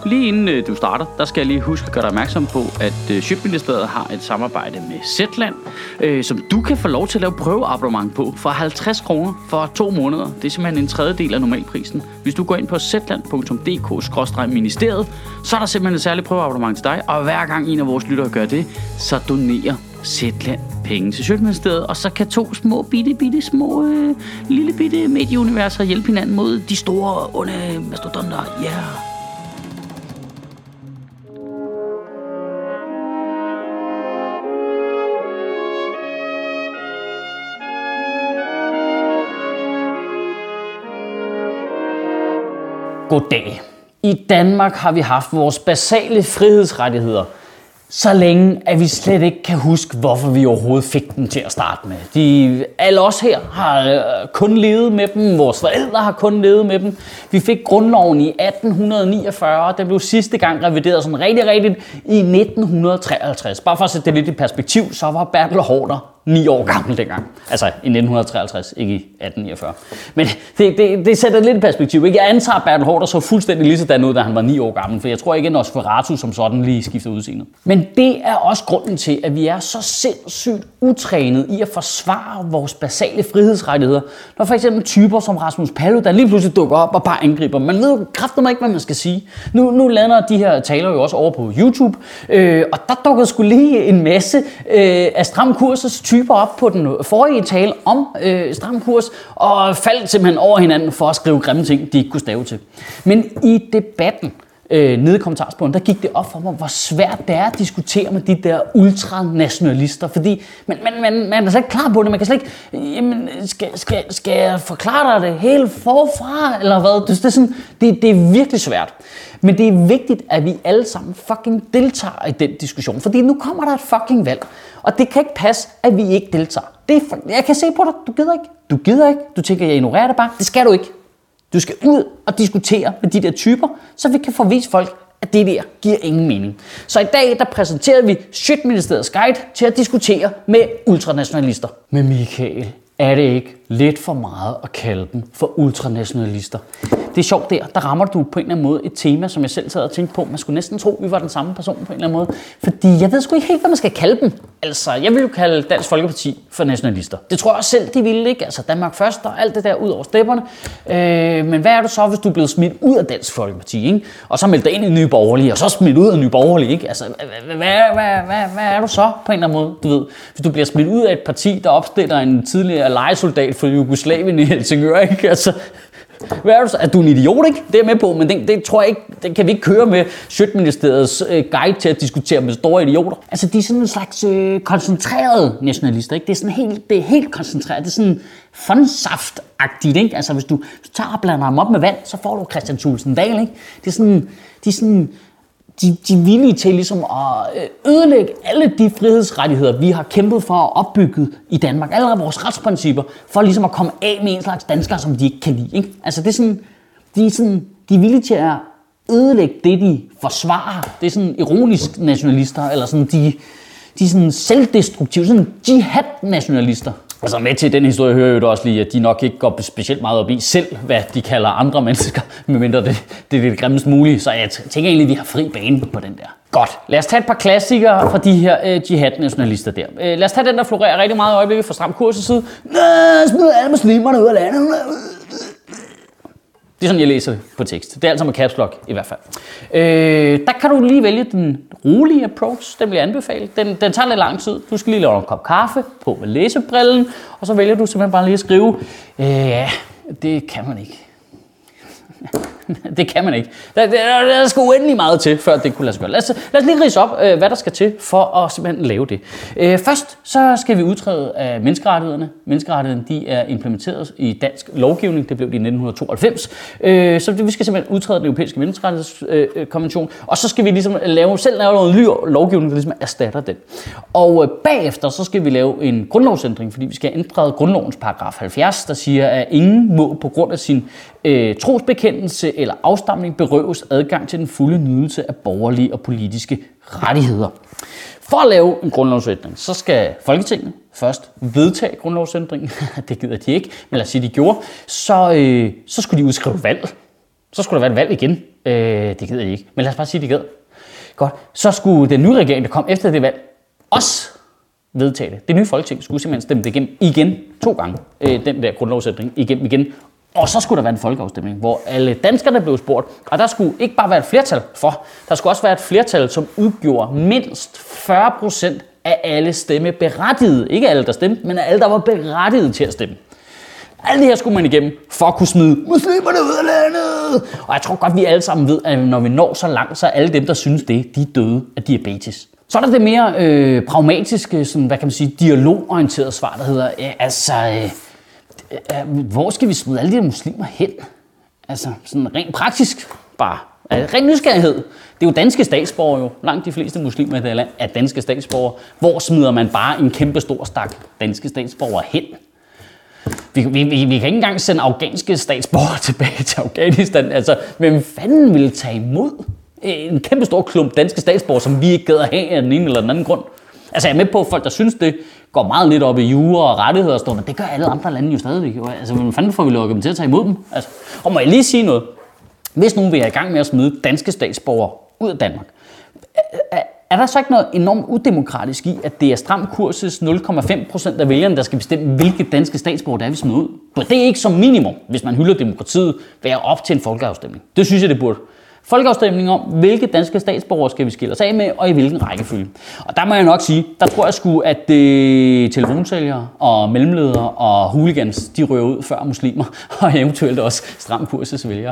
lige inden du starter, der skal jeg lige huske at gøre dig opmærksom på, at Sjøtministeriet har et samarbejde med Zetland, som du kan få lov til at lave prøveabonnement på for 50 kroner for 2 måneder. Det er simpelthen en tredjedel af normalprisen. Hvis du går ind på zetland.dk/ministeriet, så er der simpelthen et særligt prøveabonnement til dig, og hver gang en af vores lyttere gør det, så donerer Zetland penge til Sjøtministeriet, og så kan 2 små små lille bitte medieuniverser hjælpe hinanden mod de store onde mastodonter. Yeah. Goddag. I Danmark har vi haft vores basale frihedsrettigheder så længe, at vi slet ikke kan huske, hvorfor vi overhovedet fik dem til at starte med. Alle os her har kun levet med dem, vores forældre har kun levet med dem. Vi fik grundloven i 1849, den blev sidste gang revideret sådan rigtigt i 1953. Bare for at sætte det lidt i perspektiv, så var Bertel Haarder 9 år gammel dengang. Altså i 1953, ikke i 1849. Men det sætter lidt i perspektiv. Ikke? Jeg antager, at Bertel Haarder så fuldstændig lige sådan ud, da han var 9 år gammel. For jeg tror ikke, at Nosferatu som sådan lige skifter udseende. Men det er også grunden til, at vi er så sindssygt utrænet i at forsvare vores basale frihedsrettigheder. Når for eksempel typer som Rasmus Paludan lige pludselig dukker op og bare angriber. Man ved jo kraftedeme ikke, hvad man skal sige. Nu lander de her taler jo også over på YouTube. Og der dukkede sgu lige en masse af Stram Kurs' typer op på den forrige tale om Stram Kurs, og faldt simpelthen over hinanden for at skrive grimme ting, de ikke kunne stave til. Men i debatten nede i kommentarsporen, der gik det op for mig, hvor svært det er at diskutere med de der ultranationalister, fordi man er slet ikke klar på det. Man kan slet ikke, jamen, skal jeg forklare dig det hele forfra, eller hvad? Det er virkelig svært. Men det er vigtigt, at vi alle sammen fucking deltager i den diskussion, fordi nu kommer der et fucking valg, og det kan ikke passe, at vi ikke deltager. Jeg kan se på dig, du gider ikke, du tænker, jeg ignorerer det bare. Det skal du ikke. Du skal ud og diskutere med de der typer, så vi kan forvise folk, at det der giver ingen mening. Så i dag, der præsenterer vi Sjøtministeriets guide til at diskutere med ultranationalister. Men Michael, er det ikke lidt for meget at kalde dem for ultranationalister? Det er sjovt der rammer du på en eller anden måde et tema, som jeg selv sad og tænkte på. Man skulle næsten tro, at vi var den samme person på en eller anden måde. Fordi jeg ved sgu ikke helt, hvad man skal kalde dem. Altså, jeg vil jo kalde Dansk Folkeparti for nationalister. Det tror jeg også selv, de ville, ikke? Altså, Danmark først og alt det der ud over stepperne. Men hvad er du så, hvis du er blevet smidt ud af Dansk Folkeparti, ikke? Og så meldt dig ind i Nye Borgerlige, og så smidt ud af Nye Borgerlige, ikke? Altså, hvad er du så på en eller anden måde, du ved? Hvis du bliver smidt ud af et parti, der opstiller en tidligere lejesoldat for Jugoslavien i Helsingør, ikke? Altså, hvad er du så? Er du en idiot, ikke? Det er jeg med på, men det tror jeg ikke, den kan vi ikke køre med Sjøtministeriets guide til at diskutere med store idioter. Altså, de er sådan en slags koncentrerede nationalister, ikke? Det er helt koncentreret. Det er sådan fondsaft-agtigt, ikke? Altså, hvis du tager og blander dem op med vand, så får du Christian Thulesen Dahl, ikke? De er villige til ligesom at ødelægge alle de frihedsrettigheder, vi har kæmpet for at opbygge i Danmark. Alle vores retsprincipper, for ligesom at komme af med en slags danskere, som de ikke kan lide. Ikke? Altså de er villige til at ødelægge det, de forsvarer. Det er sådan ironisk nationalister, eller sådan de er sådan selvdestruktive, sådan jihad-nationalister. Altså med til den historie hører jo også lige, at de nok ikke går specielt meget op i selv, hvad de kalder andre mennesker, medmindre det er det grimmest mulige. Så jeg tænker egentlig, at vi har fri bane på den der. Godt. Lad os tage et par klassikere fra de her jihad-nationalister der. Lad os tage den, der florerer rigtig meget i øjeblikket fra Stram Kurs' side. Smid alle muslimerne ud af landet. Det er sådan, jeg læser det på tekst. Det er altså med caps lock i hvert fald. Der kan du lige vælge den rolige approach. Den vil jeg anbefale. Den tager lidt lang tid. Du skal lige lave en kop kaffe på med læsebrillen, og så vælger du simpelthen bare lige at skrive, ja, det kan man ikke. Det kan man ikke. Der skal uendelig meget til, før det kunne lade sig gøre. Lad os lige ridse op, hvad der skal til for at simpelthen lave det. Først så skal vi udtræde af menneskerettighederne. Menneskerettighederne de er implementeret i dansk lovgivning. Det blev de i 1992. Så vi skal simpelthen udtræde den europæiske menneskerettighedskonvention. Og så skal vi ligesom selv lave noget ny lovgivning, der ligesom erstatter den. Og bagefter så skal vi lave en grundlovsændring, fordi vi skal ændre grundlovens paragraf 70, der siger, at ingen må på grund af sin trosbekendelse eller afstamning berøves adgang til den fulde nydelse af borgerlige og politiske rettigheder. For at lave en grundlovsændring, så skal Folketinget først vedtage grundlovsændringen. Det gider de ikke, men lad os sige, de gjorde. Så skulle de udskrive valg. Så skulle der være et valg igen. Det gider jeg ikke. Men lad os bare sige, det gad. Godt. Så skulle den nye regering, der kom efter det valg, også vedtage det. Det nye folketing skulle simpelthen stemme det igennem igen 2 gange. Den der grundlovsændring igennem igen. Og så skulle der være en folkeafstemning, hvor alle danskerne blev spurgt. Og der skulle ikke bare være et flertal for. Der skulle også være et flertal, som udgjorde mindst 40% af alle stemmeberettigede. Ikke alle, der stemte, men alle, der var berettiget til at stemme. Alt det her skulle man igennem for at kunne smide muslimerne ud af landet. Og jeg tror godt, vi alle sammen ved, at når vi når så langt, så er alle dem, der synes det, de er døde af diabetes. Så er der det mere pragmatiske, sådan, hvad kan man sige, dialogorienterede svar, der hedder, hvor skal vi smide alle de her muslimer hen? Altså sådan rent praktisk bare. Ren nysgerrighed. Det er jo danske statsborgere jo. Langt de fleste muslimer i det her land er danske statsborgere. Hvor smider man bare en kæmpe stor stak danske statsborgere hen? Vi kan ikke engang sende afghanske statsborgere tilbage til Afghanistan. Altså, hvem fanden ville tage imod en kæmpe stor klump danske statsborgere, som vi ikke gad at have af den ene eller den anden grund? Altså, jeg er med på, at folk, der synes, det går meget lidt op i jura og rettigheder og sådan noget, men det gør alle andre lande jo stadigvæk. Altså, hvem fanden får vi lukket dem til at tage imod dem? Altså, og må jeg lige sige noget? Hvis nogen vil have i gang med at smide danske statsborgere ud af Danmark, er der så ikke noget enormt udemokratisk i, at det er Stram Kurses 0,5% af vælgerne, der skal bestemme, hvilke danske statsborgere der er, vi smider ud? Det er ikke som minimum, hvis man hylder demokratiet, være op til en folkeafstemning. Det synes jeg, det burde. Folkeafstemning om, hvilke danske statsborgere skal vi skille os af med, og i hvilken rækkefølge. Og der må jeg nok sige, der tror jeg sgu, at telefonsælgere og mellemledere og hooligans, de rører ud før muslimer, og eventuelt også Stram Kurses vælgere.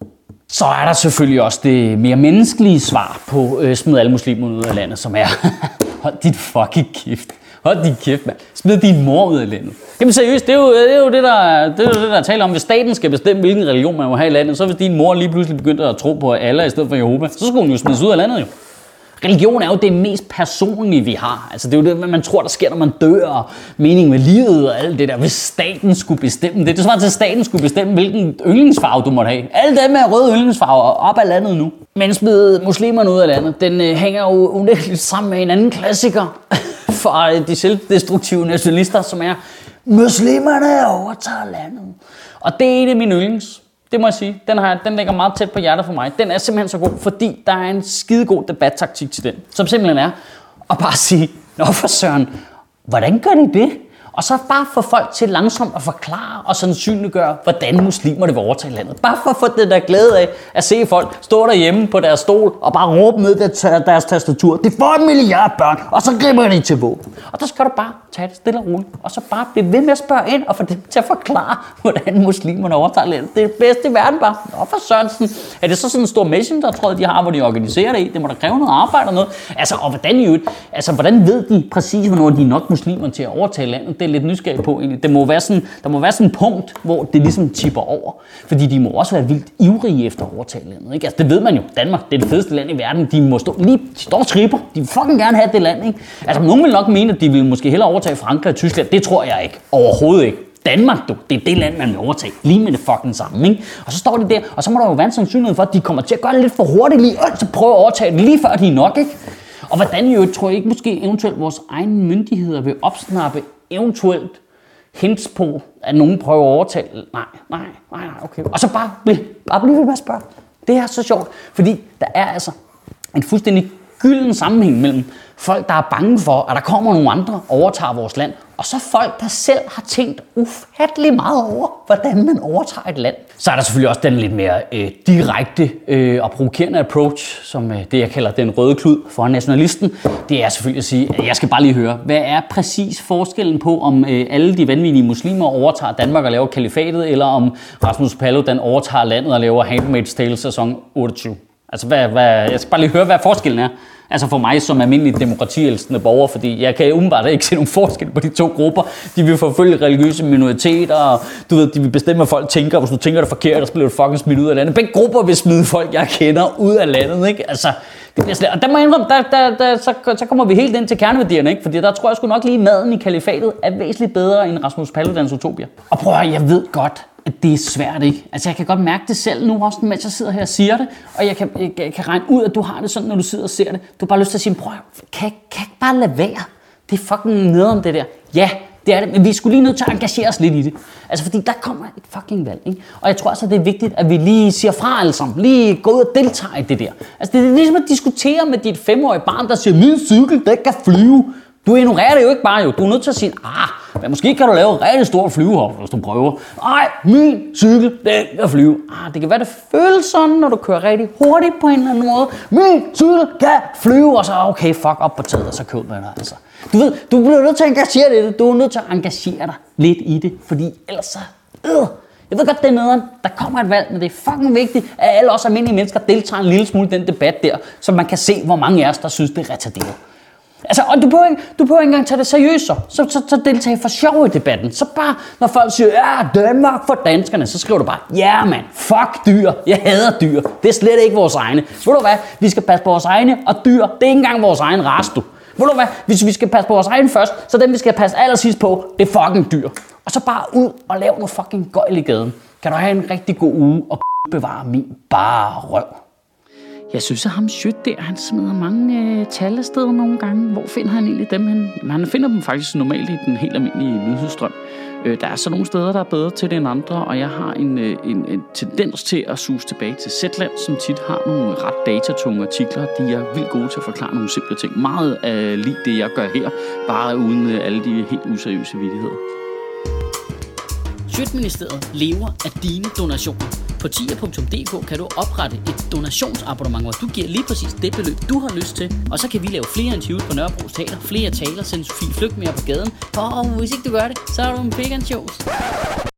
Så er der selvfølgelig også det mere menneskelige svar på smid alle muslimer ud af landet, som er, hold dit fucking kæft. Hold din kæft, mand. Smid din mor ud af landet. Jamen seriøst, det er jo det, der taler om. Hvis staten skal bestemme, hvilken religion man må have i landet, så hvis din mor lige pludselig begyndte at tro på Allah i stedet for Jehova, så skulle hun jo smides ud af landet jo. Religion er jo det mest personlige, vi har. Altså, det er jo det, man tror, der sker, når man dør, og mening med livet og alt det der. Hvis staten skulle bestemme det. Det svarer til, at staten skulle bestemme, hvilken yndlingsfarve du måtte have. Alle dem med røde yndlingsfarver op af landet nu. Men smid muslimerne ud af landet, den hænger jo unægteligt sammen med en anden klassiker for de selvdestruktive nationalister, som er muslimerne overtager landet. Og det er en af mine yndlings. Det må jeg sige. Den ligger meget tæt på hjertet for mig. Den er simpelthen så god, fordi der er en skidegod debattaktik til den. Som simpelthen er at bare sige, nå for søren, hvordan gør de det? Og så bare få folk til langsomt at forklare og sandsynliggøre, hvordan muslimer det vil overtage landet. Bare for at få den der glæde af at se folk stå derhjemme på deres stol og bare råbe ned deres tastatur. Det får 1 milliard børn, og så griber de til våben. Og der skal du bare tage det stille og roligt, og så bare blive ved med at spørge ind og få dem til at forklare, hvordan muslimerne overtager landet. Det er det bedste i verden bare. Nå for Sørensen. Er det så sådan en stor messenger-tråd, de har, hvor de organiserer det i? Det må da kræve noget arbejde og noget. Altså, og hvordan ved de præcis, hvornår de er nok muslimer til at overtage landet? Det er lidt nysgerrig på egentlig. Der må være sådan et punkt, hvor det ligesom tipper over. Fordi de må også være vildt ivrige efter at overtage landet. Ikke? Altså, det ved man jo. Danmark, det er det fedeste land i verden. De står og tripper. De vil fucking gerne have det land. Ikke? Altså, nogen vil nok mene, at de vil måske hellere overtage Frankrig og Tyskland. Det tror jeg ikke. Overhovedet ikke. Danmark, det er det land, man vil overtage. Lige med det fucking samme, ikke? Og så står de der, og så må der jo være en sandsynlighed for, at de kommer til at gøre det lidt for hurtigt lige, og så prøve at overtage det lige før de er nok, ikke? Og hvordan jo, tror jeg ikke måske eventuelt vores egne myndigheder vil opsnappe eventuelt hints på, at nogen prøver at overtage. Nej, okay. Og så bare blive ved med at spørge. Det er så sjovt, fordi der er altså en fuldstændig gylden sammenhæng mellem folk, der er bange for, at der kommer nogle andre og overtager vores land, og så folk, der selv har tænkt ufattelig meget over, hvordan man overtager et land. Så er der selvfølgelig også den lidt mere direkte og provokerende approach, som det jeg kalder den røde klud for nationalisten. Det er selvfølgelig at sige, at jeg skal bare lige høre, hvad er præcis forskellen på, om alle de vanvittige muslimer overtager Danmark og laver kalifatet, eller om Rasmus Paludan overtager landet og laver Handmaid's Tale sæson 28? Altså, jeg skal bare lige høre, hvad forskellen er. Altså for mig som almindelig demokratielskende borger, fordi jeg kan umiddelbart ikke se nogen forskel på de to grupper. De vil forfølge religiøse minoriteter, og du ved, de vil bestemme, hvad folk tænker. Hvis du tænker det forkert, så bliver du fucking smidt ud af landet. Begge grupper vil smide folk, jeg kender, ud af landet, ikke? Altså, det bliver slet. Og der må jeg indrømme, så kommer vi helt ind til kerneværdierne, ikke? Fordi der tror jeg sgu nok lige maden i kalifatet er væsentligt bedre end Rasmus Paludans Utopia. Og prøv at, jeg ved godt, at det er svært, ikke? Altså, jeg kan godt mærke det selv nu også, mens jeg sidder her og siger det, og jeg kan regne ud, at du har det sådan, når du sidder og ser det. Du har bare lyst til at sige, prøv, kan ikke bare lade være? Det er fucking nederen, det der. Ja, Det er det, men vi skulle lige nødt til at engagere os lidt i det. Altså, fordi der kommer et fucking valg, ikke? Og jeg tror altså, det er vigtigt, at vi lige siger fra alle sammen. Lige gå ud og deltager i det der. Altså, det er ligesom at diskutere med dit 5-årige barn, der siger, min cykel, den kan flyve. Du ignorerer det jo ikke bare jo. Du er nødt til at sige, men måske kan du lave et rigtig stort flyvehop, hvis du prøver. Nej, min cykel, den kan flyve. Det kan være, det føles sådan, når du kører rigtig hurtigt på en eller anden måde. Min cykel kan flyve, og så okay, fuck op på taget, og så køb med dig, altså. Du ved, du bliver nødt til at engagere dig i det. Du er nødt til at engagere dig lidt i det, fordi ellers så... Jeg ved godt, det er nederen. Der kommer et valg, men det er fucking vigtigt, at alle os almindelige mennesker deltager en lille smule i den debat der, så man kan se, hvor mange af os, der synes, det er retarderet. Altså, og du behøver ikke engang tage det seriøst, så deltage for sjov i debatten. Så bare, når folk siger, ja, Danmark for danskerne, så skriver du bare, ja mand, fuck dyr, jeg hader dyr, det er slet ikke vores egne. Så ved du hvad, vi skal passe på vores egne, og dyr, det er ikke engang vores egen race, du. Ved du hvad, hvis vi skal passe på vores egne først, så dem vi skal passe allersidst på, det er fucking dyr. Og så bare ud og lave noget fucking gøjl i gaden. Kan du have en rigtig god uge, og bevare min bare røv. Jeg synes, at ham Schødt der, han smider mange tal af steder nogle gange. Hvor finder han egentlig dem hen? Han finder dem faktisk normalt i den helt almindelige nyhedsstrøm. Der er så nogle steder, der er bedre til det end andre, og jeg har en tendens til at suge tilbage til Zetland, som tit har nogle ret datatunge artikler. De er vildt gode til at forklare nogle simple ting. Meget lige det, jeg gør her, bare uden alle de helt useriøse vittigheder. Sjøtministeriet lever af dine donationer. På tier.dk kan du oprette et donationsabonnement, hvor du giver lige præcis det beløb, du har lyst til. Og så kan vi lave flere interviews på Nørrebro Teater, flere taler, sende Sofie Flygt mere på gaden. Og hvis ikke du gør det, så er du en vegan shows.